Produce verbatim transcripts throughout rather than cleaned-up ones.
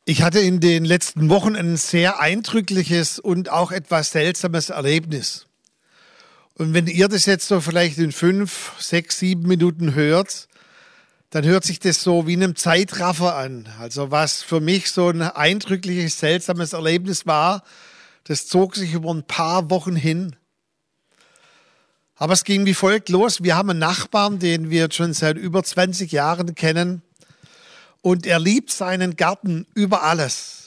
Ich hatte in den letzten Wochen ein sehr eindrückliches und auch etwas seltsames Erlebnis. Und wenn ihr das jetzt so vielleicht in fünf, sechs, sieben Minuten hört, dann hört sich das so wie in einem Zeitraffer an. Also was für mich so ein eindrückliches, seltsames Erlebnis war, das zog sich über ein paar Wochen hin. Aber es ging wie folgt los. Wir haben einen Nachbarn, den wir schon seit über zwanzig Jahren kennen. Und er liebt seinen Garten über alles.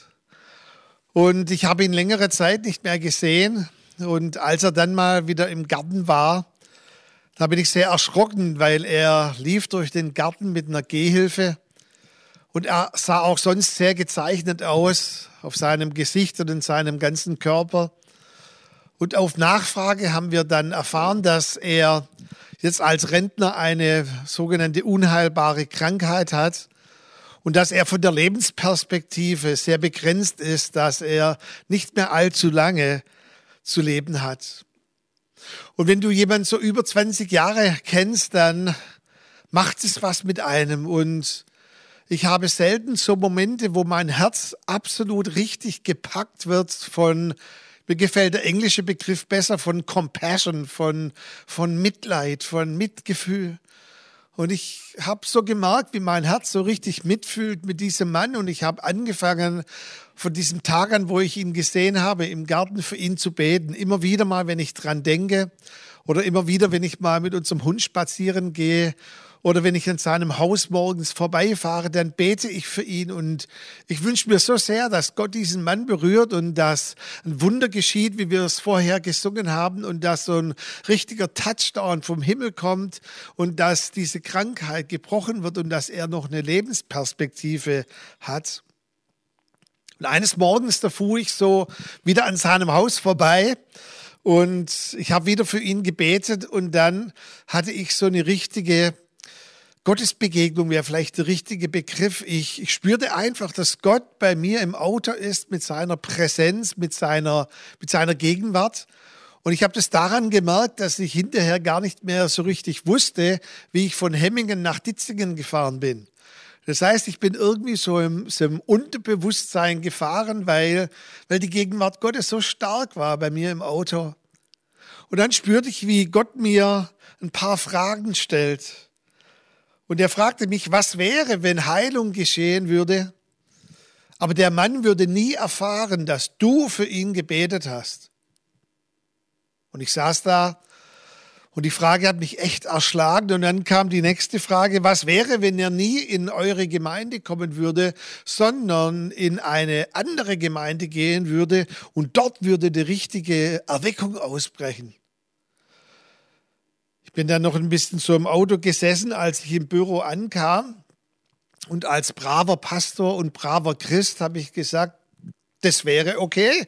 Und ich habe ihn längere Zeit nicht mehr gesehen. Und als er dann mal wieder im Garten war, da bin ich sehr erschrocken, weil er lief durch den Garten mit einer Gehhilfe. Und er sah auch sonst sehr gezeichnet aus, auf seinem Gesicht und in seinem ganzen Körper. Und auf Nachfrage haben wir dann erfahren, dass er jetzt als Rentner eine sogenannte unheilbare Krankheit hat. Und dass er von der Lebensperspektive sehr begrenzt ist, dass er nicht mehr allzu lange zu leben hat. Und wenn du jemanden so über zwanzig Jahre kennst, dann macht es was mit einem. Und ich habe selten so Momente, wo mein Herz absolut richtig gepackt wird von, mir gefällt der englische Begriff besser, von Compassion, von, von Mitleid, von Mitgefühl. Und ich habe so gemerkt, wie mein Herz so richtig mitfühlt mit diesem Mann. Und ich habe angefangen, von diesem Tag an, wo ich ihn gesehen habe, im Garten für ihn zu beten. Immer wieder mal, wenn ich dran denke oder immer wieder, wenn ich mal mit unserem Hund spazieren gehe oder wenn ich an seinem Haus morgens vorbeifahre, dann bete ich für ihn. Und ich wünsche mir so sehr, dass Gott diesen Mann berührt und dass ein Wunder geschieht, wie wir es vorher gesungen haben, und dass so ein richtiger Touchdown vom Himmel kommt und dass diese Krankheit gebrochen wird und dass er noch eine Lebensperspektive hat. Und eines Morgens, da fuhr ich so wieder an seinem Haus vorbei und ich habe wieder für ihn gebetet und dann hatte ich so eine richtige Gottesbegegnung, wäre vielleicht der richtige Begriff. Ich, ich spürte einfach, dass Gott bei mir im Auto ist mit seiner Präsenz, mit seiner, mit seiner Gegenwart. Und ich habe das daran gemerkt, dass ich hinterher gar nicht mehr so richtig wusste, wie ich von Hemmingen nach Ditzingen gefahren bin. Das heißt, ich bin irgendwie so im, so im Unterbewusstsein gefahren, weil, weil die Gegenwart Gottes so stark war bei mir im Auto. Und dann spürte ich, wie Gott mir ein paar Fragen stellt. Und er fragte mich, was wäre, wenn Heilung geschehen würde, aber der Mann würde nie erfahren, dass du für ihn gebetet hast. Und ich saß da und die Frage hat mich echt erschlagen. Und dann kam die nächste Frage, was wäre, wenn er nie in eure Gemeinde kommen würde, sondern in eine andere Gemeinde gehen würde und dort würde die richtige Erweckung ausbrechen. Ich bin dann noch ein bisschen so im Auto gesessen, als ich im Büro ankam. Und als braver Pastor und braver Christ habe ich gesagt, das wäre okay.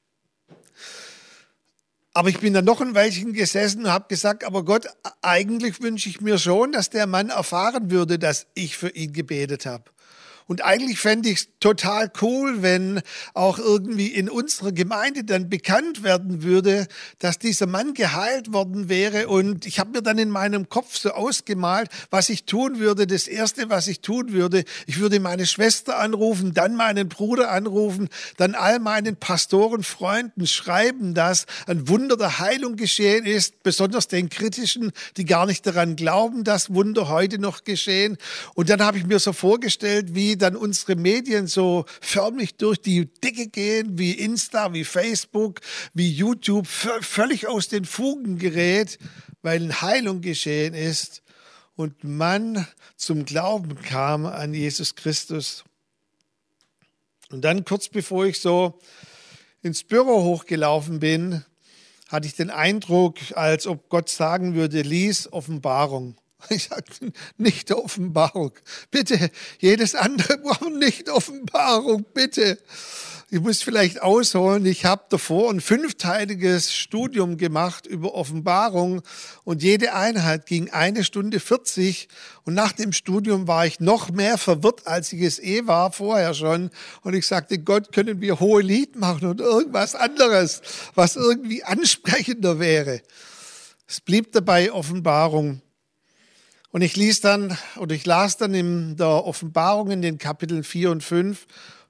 Aber ich bin dann noch ein Weilchen gesessen und habe gesagt, aber Gott, eigentlich wünsche ich mir schon, dass der Mann erfahren würde, dass ich für ihn gebetet habe. Und eigentlich fände ich es total cool, wenn auch irgendwie in unserer Gemeinde dann bekannt werden würde, dass dieser Mann geheilt worden wäre. Und ich habe mir dann in meinem Kopf so ausgemalt, was ich tun würde. Das Erste, was ich tun würde, ich würde meine Schwester anrufen, dann meinen Bruder anrufen, dann all meinen Pastorenfreunden schreiben, dass ein Wunder der Heilung geschehen ist, besonders den Kritischen, die gar nicht daran glauben, dass Wunder heute noch geschehen. Und dann habe ich mir so vorgestellt, wie dann unsere Medien so förmlich durch die Decke gehen, wie Insta, wie Facebook, wie YouTube, v- völlig aus den Fugen gerät, weil eine Heilung geschehen ist und man zum Glauben kam an Jesus Christus. Und dann kurz bevor ich so ins Büro hochgelaufen bin, hatte ich den Eindruck, als ob Gott sagen würde, lies Offenbarung. Ich sagte, nicht Offenbarung. Bitte, jedes andere braucht nicht Offenbarung, bitte. Ich muss vielleicht ausholen, ich habe davor ein fünfteiliges Studium gemacht über Offenbarung und jede Einheit ging eine Stunde vierzig und nach dem Studium war ich noch mehr verwirrt, als ich es eh war, vorher schon. Und ich sagte, Gott, können wir Hohelied machen und irgendwas anderes, was irgendwie ansprechender wäre. Es blieb dabei Offenbarung. Und ich ließ dann, oder ich las dann in der Offenbarung in den Kapiteln vier und fünf,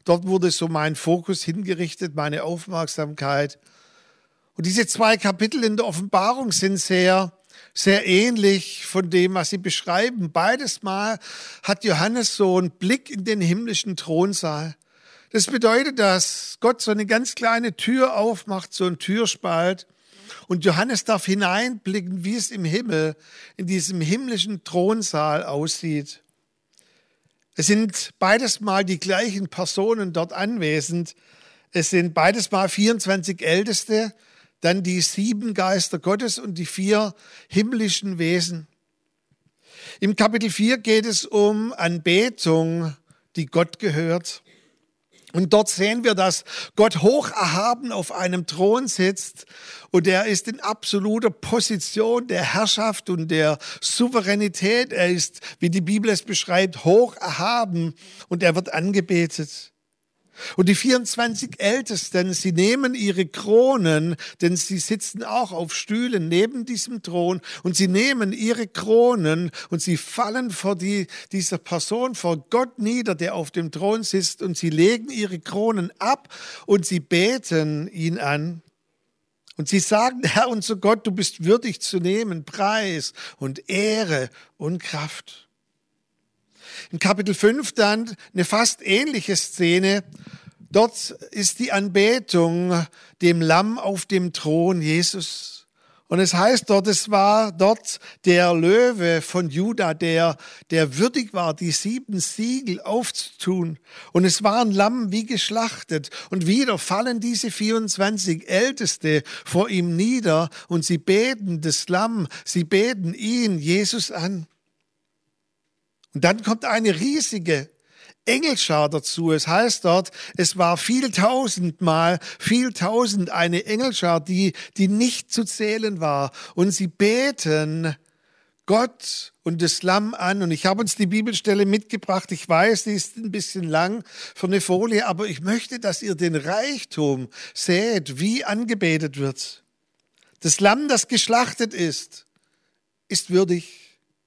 Dort wurde so mein Fokus hingerichtet, meine Aufmerksamkeit. Und diese zwei Kapitel in der Offenbarung sind sehr, sehr ähnlich von dem, was sie beschreiben. Beides Mal hat Johannes so einen Blick in den himmlischen Thronsaal. Das bedeutet, dass Gott so eine ganz kleine Tür aufmacht, so ein Türspalt. Und Johannes darf hineinblicken, wie es im Himmel, in diesem himmlischen Thronsaal aussieht. Es sind beides Mal die gleichen Personen dort anwesend. Es sind beides Mal vierundzwanzig Älteste, dann die sieben Geister Gottes und die vier himmlischen Wesen. Im Kapitel vier geht es um Anbetung, die Gott gehört. Und dort sehen wir, dass Gott hoch erhaben auf einem Thron sitzt und er ist in absoluter Position der Herrschaft und der Souveränität. Er ist, wie die Bibel es beschreibt, hoch erhaben und er wird angebetet. Und die vierundzwanzig Ältesten, sie nehmen ihre Kronen, denn sie sitzen auch auf Stühlen neben diesem Thron und sie nehmen ihre Kronen und sie fallen vor die, dieser Person, vor Gott nieder, der auf dem Thron sitzt und sie legen ihre Kronen ab und sie beten ihn an. Und sie sagen, Herr unser Gott, du bist würdig zu nehmen, Preis und Ehre und Kraft. Im Kapitel fünf dann eine fast ähnliche Szene. Dort ist die Anbetung dem Lamm auf dem Thron, Jesus. Und es heißt dort, es war dort der Löwe von Juda, der, der würdig war, die sieben Siegel aufzutun. Und es war ein Lamm wie geschlachtet. Und wieder fallen diese vierundzwanzig Älteste vor ihm nieder und sie beten das Lamm, sie beten ihn, Jesus, an. Und dann kommt eine riesige Engelschar dazu. Es heißt dort, es war viel tausendmal, viel tausend eine Engelschar, die, die nicht zu zählen war. Und sie beten Gott und das Lamm an. Und ich habe uns die Bibelstelle mitgebracht. Ich weiß, die ist ein bisschen lang für eine Folie, aber ich möchte, dass ihr den Reichtum seht, wie angebetet wird. Das Lamm, das geschlachtet ist, ist würdig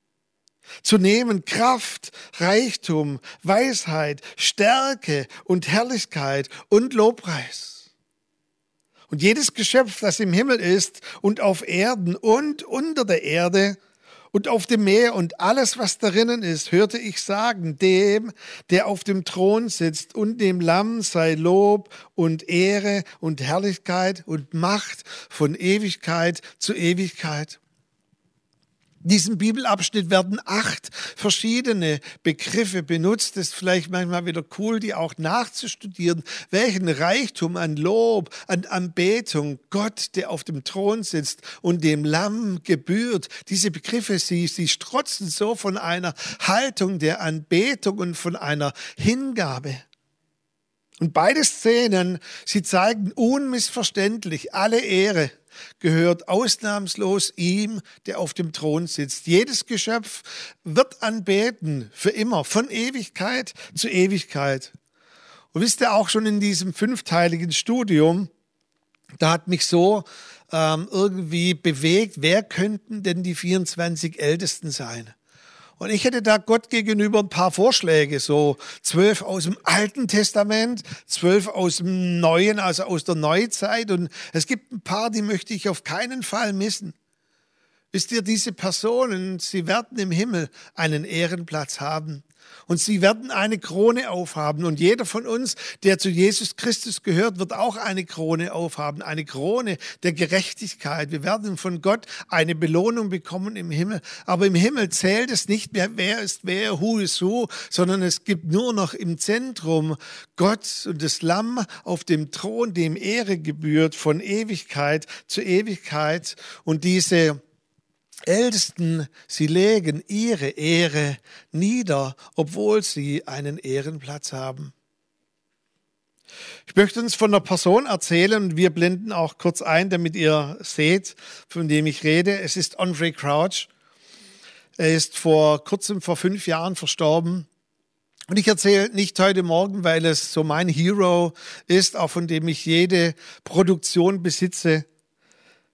zu nehmen Kraft, Reichtum, Weisheit, Stärke und Herrlichkeit und Lobpreis. Und jedes Geschöpf, das im Himmel ist und auf Erden und unter der Erde und auf dem Meer und alles, was darinnen ist, hörte ich sagen, dem, der auf dem Thron sitzt und dem Lamm sei Lob und Ehre und Herrlichkeit und Macht von Ewigkeit zu Ewigkeit. In diesem Bibelabschnitt werden acht verschiedene Begriffe benutzt. Das ist vielleicht manchmal wieder cool, die auch nachzustudieren. Welchen Reichtum an Lob, an Anbetung Gott, der auf dem Thron sitzt und dem Lamm gebührt. Diese Begriffe, sie, sie strotzen so von einer Haltung der Anbetung und von einer Hingabe. Und beide Szenen, sie zeigen unmissverständlich, alle Ehre gehört ausnahmslos ihm, der auf dem Thron sitzt. Jedes Geschöpf wird anbeten, für immer, von Ewigkeit zu Ewigkeit. Und wisst ihr, auch schon in diesem fünfteiligen Studium, da hat mich so ähm, irgendwie bewegt, wer könnten denn die vierundzwanzig Ältesten sein? Und ich hätte da Gott gegenüber ein paar Vorschläge, so zwölf aus dem Alten Testament, zwölf aus dem Neuen, also aus der Neuzeit. Und es gibt ein paar, die möchte ich auf keinen Fall missen. Wisst ihr, diese Personen, sie werden im Himmel einen Ehrenplatz haben. Und sie werden eine Krone aufhaben. Und jeder von uns, der zu Jesus Christus gehört, wird auch eine Krone aufhaben. Eine Krone der Gerechtigkeit. Wir werden von Gott eine Belohnung bekommen im Himmel. Aber im Himmel zählt es nicht mehr, wer ist wer, who is who, sondern es gibt nur noch im Zentrum Gott und das Lamm auf dem Thron, dem Ehre gebührt von Ewigkeit zu Ewigkeit. Und diese Ältesten, sie legen ihre Ehre nieder, obwohl sie einen Ehrenplatz haben. Ich möchte uns von einer Person erzählen und wir blenden auch kurz ein, damit ihr seht, von dem ich rede. Es ist Andraé Crouch. Er ist vor kurzem, vor fünf Jahren verstorben. Und ich erzähle nicht heute Morgen, weil es so mein Hero ist, auch von dem ich jede Produktion besitze.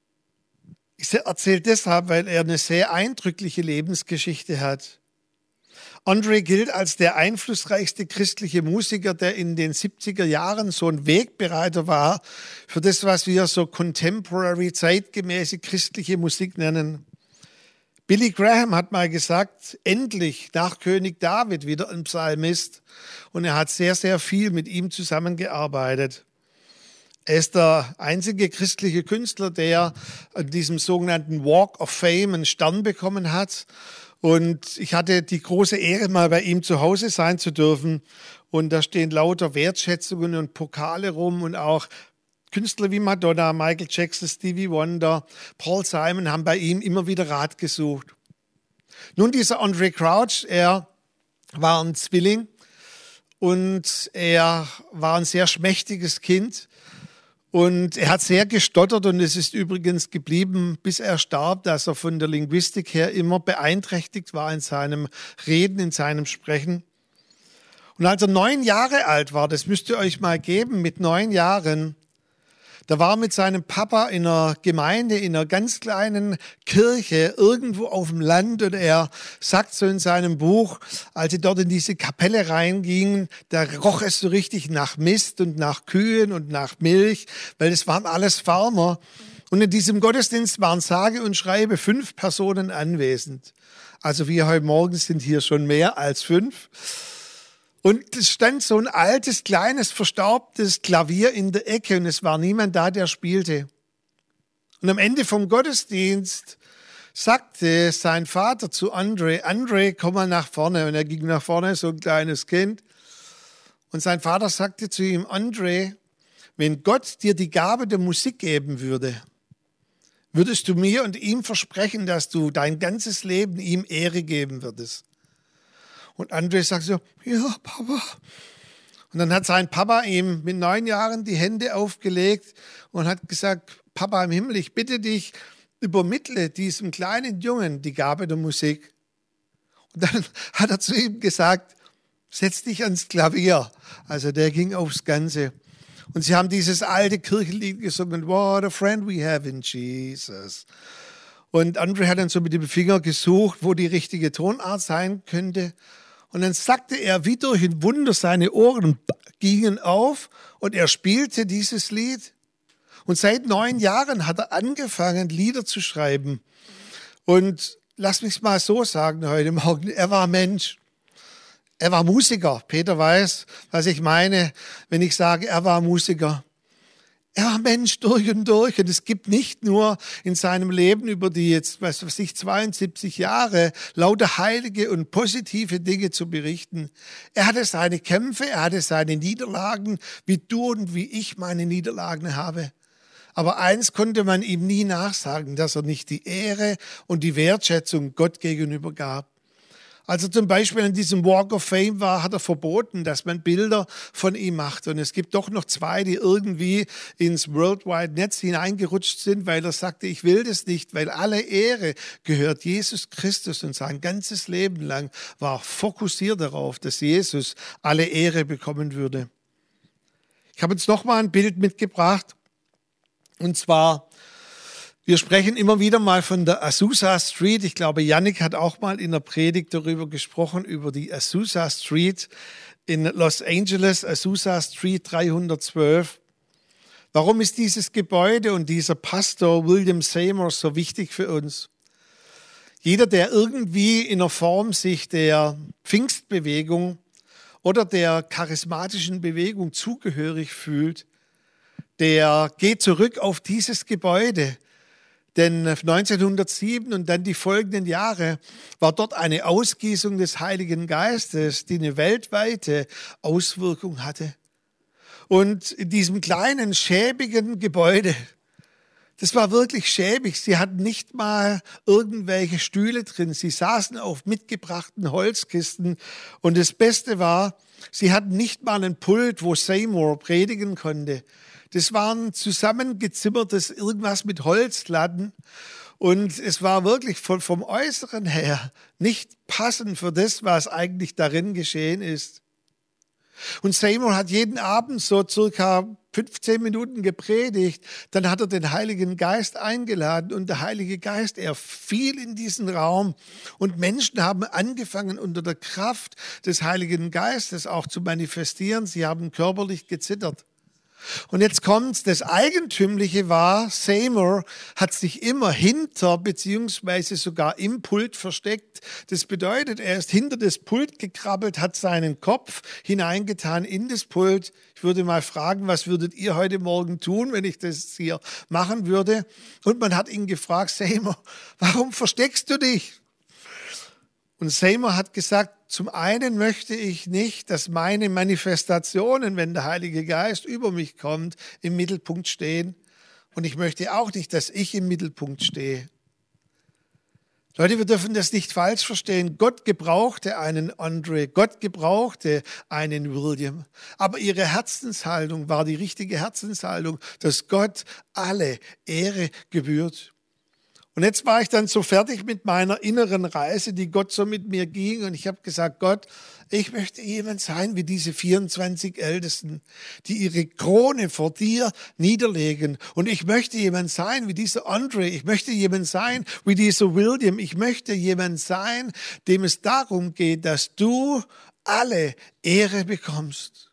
Ich erzähle deshalb, weil er eine sehr eindrückliche Lebensgeschichte hat. Andre gilt als der einflussreichste christliche Musiker, der in den siebziger Jahren so ein Wegbereiter war für das, was wir so contemporary, zeitgemäße christliche Musik nennen. Billy Graham hat mal gesagt, endlich nach König David wieder ein Psalmist. Und er hat sehr, sehr viel mit ihm zusammengearbeitet. Er ist der einzige christliche Künstler, der an diesem sogenannten Walk of Fame einen Stern bekommen hat. Und ich hatte die große Ehre, mal bei ihm zu Hause sein zu dürfen. Und da stehen lauter Wertschätzungen und Pokale rum und auch Künstler wie Madonna, Michael Jackson, Stevie Wonder, Paul Simon haben bei ihm immer wieder Rat gesucht. Nun, dieser Andre Crouch, er war ein Zwilling und er war ein sehr schmächtiges Kind. Und er hat sehr gestottert und es ist übrigens geblieben, bis er starb, dass er von der Linguistik her immer beeinträchtigt war in seinem Reden, in seinem Sprechen. Und als er neun Jahre alt war, das müsst ihr euch mal geben, mit neun Jahren, da war er mit seinem Papa in einer Gemeinde, in einer ganz kleinen Kirche, irgendwo auf dem Land. Und er sagt so in seinem Buch, als sie dort in diese Kapelle reingingen, da roch es so richtig nach Mist und nach Kühen und nach Milch, weil es waren alles Farmer. Und in diesem Gottesdienst waren sage und schreibe fünf Personen anwesend. Also wir heute Morgen sind hier schon mehr als fünf. Und es stand so ein altes, kleines, verstaubtes Klavier in der Ecke und es war niemand da, der spielte. Und am Ende vom Gottesdienst sagte sein Vater zu Andre, Andre, komm mal nach vorne. Und er ging nach vorne, so ein kleines Kind. Und sein Vater sagte zu ihm, Andre, wenn Gott dir die Gabe der Musik geben würde, würdest du mir und ihm versprechen, dass du dein ganzes Leben ihm Ehre geben würdest? Und Andre sagt so, ja, Papa. Und dann hat sein Papa ihm mit neun Jahren die Hände aufgelegt und hat gesagt, Papa im Himmel, ich bitte dich, übermittle diesem kleinen Jungen die Gabe der Musik. Und dann hat er zu ihm gesagt, setz dich ans Klavier. Also der ging aufs Ganze. Und sie haben dieses alte Kirchenlied gesungen, what a friend we have in Jesus. Und Andre hat dann so mit dem Finger gesucht, wo die richtige Tonart sein könnte. Und dann sagte er, wie durch ein Wunder, seine Ohren gingen auf und er spielte dieses Lied. Und seit neun Jahren hat er angefangen, Lieder zu schreiben. Und lass mich mal so sagen heute Morgen, er war Mensch. Er war Musiker. Peter weiß, was ich meine, wenn ich sage, er war Musiker. Er war Mensch durch und durch und es gibt nicht nur in seinem Leben über die jetzt, was weiß ich, zweiundsiebzig Jahre lauter heilige und positive Dinge zu berichten. Er hatte seine Kämpfe, er hatte seine Niederlagen, wie du und wie ich meine Niederlagen habe. Aber eins konnte man ihm nie nachsagen, dass er nicht die Ehre und die Wertschätzung Gott gegenüber gab. Als er zum Beispiel an diesem Walk of Fame war, hat er verboten, dass man Bilder von ihm macht. Und es gibt doch noch zwei, die irgendwie ins World Wide Netz hineingerutscht sind, weil er sagte, ich will das nicht, weil alle Ehre gehört Jesus Christus und sein ganzes Leben lang war fokussiert darauf, dass Jesus alle Ehre bekommen würde. Ich habe jetzt noch mal ein Bild mitgebracht und zwar wir sprechen immer wieder mal von der Azusa Street. Ich glaube, Yannick hat auch mal in der Predigt darüber gesprochen, über die Azusa Street in Los Angeles, Azusa Street dreihundertzwölf. Warum ist dieses Gebäude und dieser Pastor William Seymour so wichtig für uns? Jeder, der irgendwie in einer Form sich der Pfingstbewegung oder der charismatischen Bewegung zugehörig fühlt, der geht zurück auf dieses Gebäude. Denn neunzehnhundertsieben und dann die folgenden Jahre war dort eine Ausgießung des Heiligen Geistes, die eine weltweite Auswirkung hatte. Und in diesem kleinen, schäbigen Gebäude, das war wirklich schäbig. Sie hatten nicht mal irgendwelche Stühle drin. Sie saßen auf mitgebrachten Holzkisten. Und das Beste war, sie hatten nicht mal einen Pult, wo Seymour predigen konnte. Das war ein zusammengezimmertes irgendwas mit Holzlatten und es war wirklich von, vom Äußeren her nicht passend für das, was eigentlich darin geschehen ist. Und Seymour hat jeden Abend so circa fünfzehn Minuten gepredigt, dann hat er den Heiligen Geist eingeladen und der Heilige Geist, er fiel in diesen Raum und Menschen haben angefangen, unter der Kraft des Heiligen Geistes auch zu manifestieren. Sie haben körperlich gezittert. Und jetzt kommt's, das Eigentümliche war, Seymour hat sich immer hinter beziehungsweise sogar im Pult versteckt. Das bedeutet, er ist hinter das Pult gekrabbelt, hat seinen Kopf hineingetan in das Pult. Ich würde mal fragen, was würdet ihr heute Morgen tun, wenn ich das hier machen würde? Und man hat ihn gefragt, Seymour, warum versteckst du dich? Und Seymour hat gesagt, zum einen möchte ich nicht, dass meine Manifestationen, wenn der Heilige Geist über mich kommt, im Mittelpunkt stehen. Und ich möchte auch nicht, dass ich im Mittelpunkt stehe. Leute, wir dürfen das nicht falsch verstehen. Gott gebrauchte einen Andre, Gott gebrauchte einen William. Aber ihre Herzenshaltung war die richtige Herzenshaltung, dass Gott alle Ehre gebührt. Und jetzt war ich dann so fertig mit meiner inneren Reise, die Gott so mit mir ging. Und ich habe gesagt, Gott, ich möchte jemand sein wie diese vierundzwanzig Ältesten, die ihre Krone vor dir niederlegen. Und ich möchte jemand sein wie dieser Andre. Ich möchte jemand sein wie dieser William. Ich möchte jemand sein, dem es darum geht, dass du alle Ehre bekommst.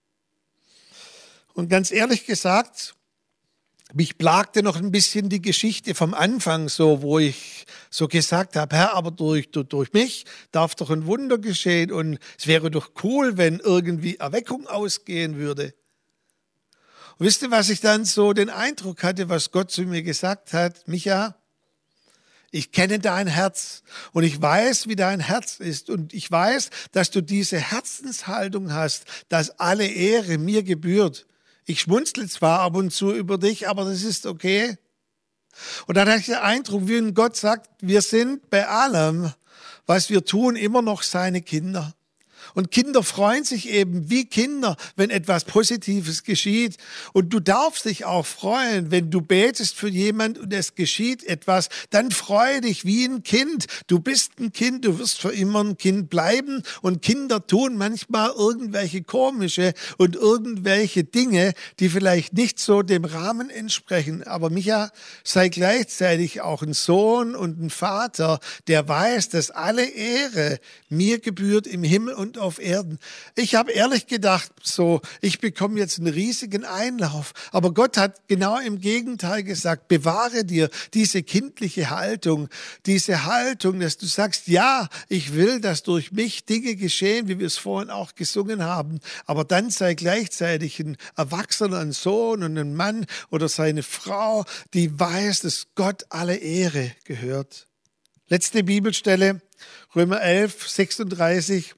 Und ganz ehrlich gesagt, mich plagte noch ein bisschen die Geschichte vom Anfang so, wo ich so gesagt habe, Herr, aber durch, durch, durch mich darf doch ein Wunder geschehen und es wäre doch cool, wenn irgendwie Erweckung ausgehen würde. Und wisst ihr, was ich dann so den Eindruck hatte, was Gott zu mir gesagt hat? Micha, ich kenne dein Herz und ich weiß, wie dein Herz ist und ich weiß, dass du diese Herzenshaltung hast, dass alle Ehre mir gebührt. Ich schmunzle zwar ab und zu über dich, aber das ist okay. Und dann hatte ich den Eindruck, wie Gott sagt, wir sind bei allem, was wir tun, immer noch seine Kinder. Und Kinder freuen sich eben wie Kinder, wenn etwas Positives geschieht. Und du darfst dich auch freuen, wenn du betest für jemand und es geschieht etwas, dann freue dich wie ein Kind. Du bist ein Kind, du wirst für immer ein Kind bleiben. Und Kinder tun manchmal irgendwelche komische und irgendwelche Dinge, die vielleicht nicht so dem Rahmen entsprechen. Aber Micha, sei gleichzeitig auch ein Sohn und ein Vater, der weiß, dass alle Ehre mir gebührt im Himmel und auf Erden. Ich habe ehrlich gedacht, so, ich bekomme jetzt einen riesigen Einlauf. Aber Gott hat genau im Gegenteil gesagt, bewahre dir diese kindliche Haltung, diese Haltung, dass du sagst, ja, ich will, dass durch mich Dinge geschehen, wie wir es vorhin auch gesungen haben. Aber dann sei gleichzeitig ein Erwachsener, ein Sohn und ein Mann oder seine Frau, die weiß, dass Gott alle Ehre gehört. Letzte Bibelstelle, Römer elf, sechsunddreißig.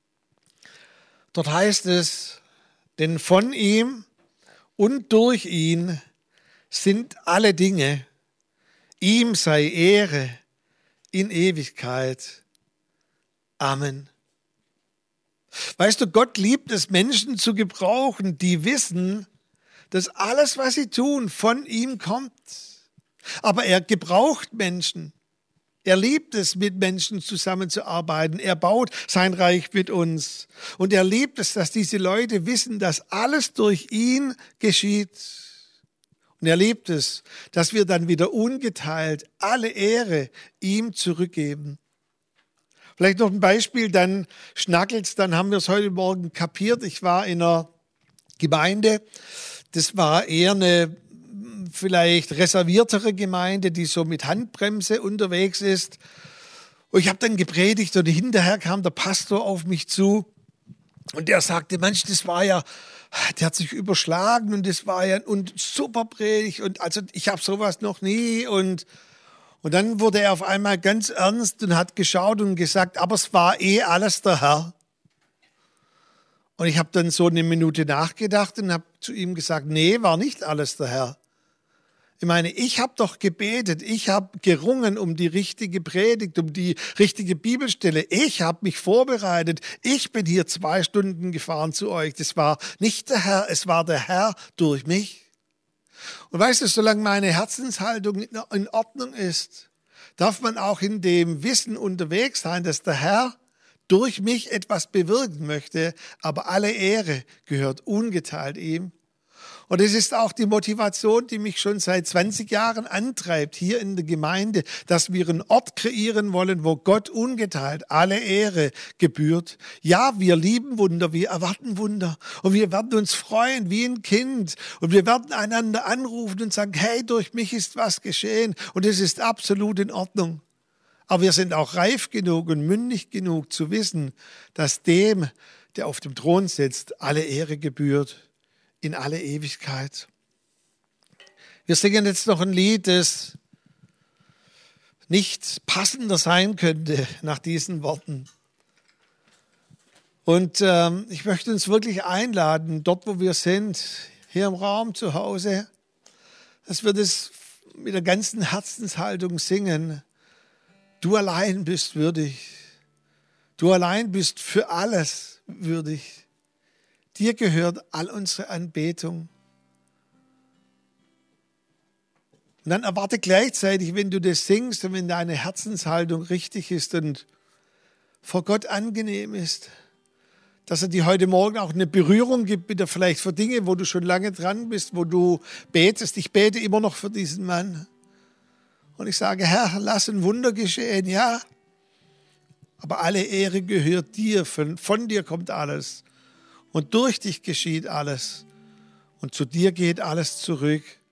Dort heißt es, denn von ihm und durch ihn sind alle Dinge. Ihm sei Ehre in Ewigkeit. Amen. Weißt du, Gott liebt es, Menschen zu gebrauchen, die wissen, dass alles, was sie tun, von ihm kommt. Aber er gebraucht Menschen. Er liebt es, mit Menschen zusammenzuarbeiten. Er baut sein Reich mit uns. Und er liebt es, dass diese Leute wissen, dass alles durch ihn geschieht. Und er liebt es, dass wir dann wieder ungeteilt alle Ehre ihm zurückgeben. Vielleicht noch ein Beispiel, dann schnackelt's, dann haben wir es heute Morgen kapiert. Ich war in einer Gemeinde, das war eher eine vielleicht reserviertere Gemeinde, die so mit Handbremse unterwegs ist. Und ich habe dann gepredigt und hinterher kam der Pastor auf mich zu und der sagte, Mensch, das war ja, der hat sich überschlagen und das war ja und super Predigt und also ich habe sowas noch nie und und dann wurde er auf einmal ganz ernst und hat geschaut und gesagt, aber es war eh alles der Herr. Und ich habe dann so eine Minute nachgedacht und habe zu ihm gesagt, nee, war nicht alles der Herr. Ich meine, ich habe doch gebetet, ich habe gerungen um die richtige Predigt, um die richtige Bibelstelle. Ich habe mich vorbereitet. Ich bin hier zwei Stunden gefahren zu euch. Das war nicht der Herr, es war der Herr durch mich. Und weißt du, solange meine Herzenshaltung in Ordnung ist, darf man auch in dem Wissen unterwegs sein, dass der Herr durch mich etwas bewirken möchte, aber alle Ehre gehört ungeteilt ihm. Und es ist auch die Motivation, die mich schon seit zwanzig Jahren antreibt, hier in der Gemeinde, dass wir einen Ort kreieren wollen, wo Gott ungeteilt alle Ehre gebührt. Ja, wir lieben Wunder, wir erwarten Wunder und wir werden uns freuen wie ein Kind und wir werden einander anrufen und sagen, hey, durch mich ist was geschehen und es ist absolut in Ordnung. Aber wir sind auch reif genug und mündig genug zu wissen, dass dem, der auf dem Thron sitzt, alle Ehre gebührt. In alle Ewigkeit. Wir singen jetzt noch ein Lied, das nicht passender sein könnte nach diesen Worten. Und ähm, ich möchte uns wirklich einladen, dort wo wir sind, hier im Raum zu Hause, dass wir das mit der ganzen Herzenshaltung singen. Du allein bist würdig. Du allein bist für alles würdig. Dir gehört all unsere Anbetung. Und dann erwarte gleichzeitig, wenn du das singst und wenn deine Herzenshaltung richtig ist und vor Gott angenehm ist, dass er dir heute Morgen auch eine Berührung gibt, mit der vielleicht für Dinge, wo du schon lange dran bist, wo du betest. Ich bete immer noch für diesen Mann. Und ich sage, Herr, lass ein Wunder geschehen, ja. Aber alle Ehre gehört dir, von, von dir kommt alles. Und durch dich geschieht alles. Und zu dir geht alles zurück.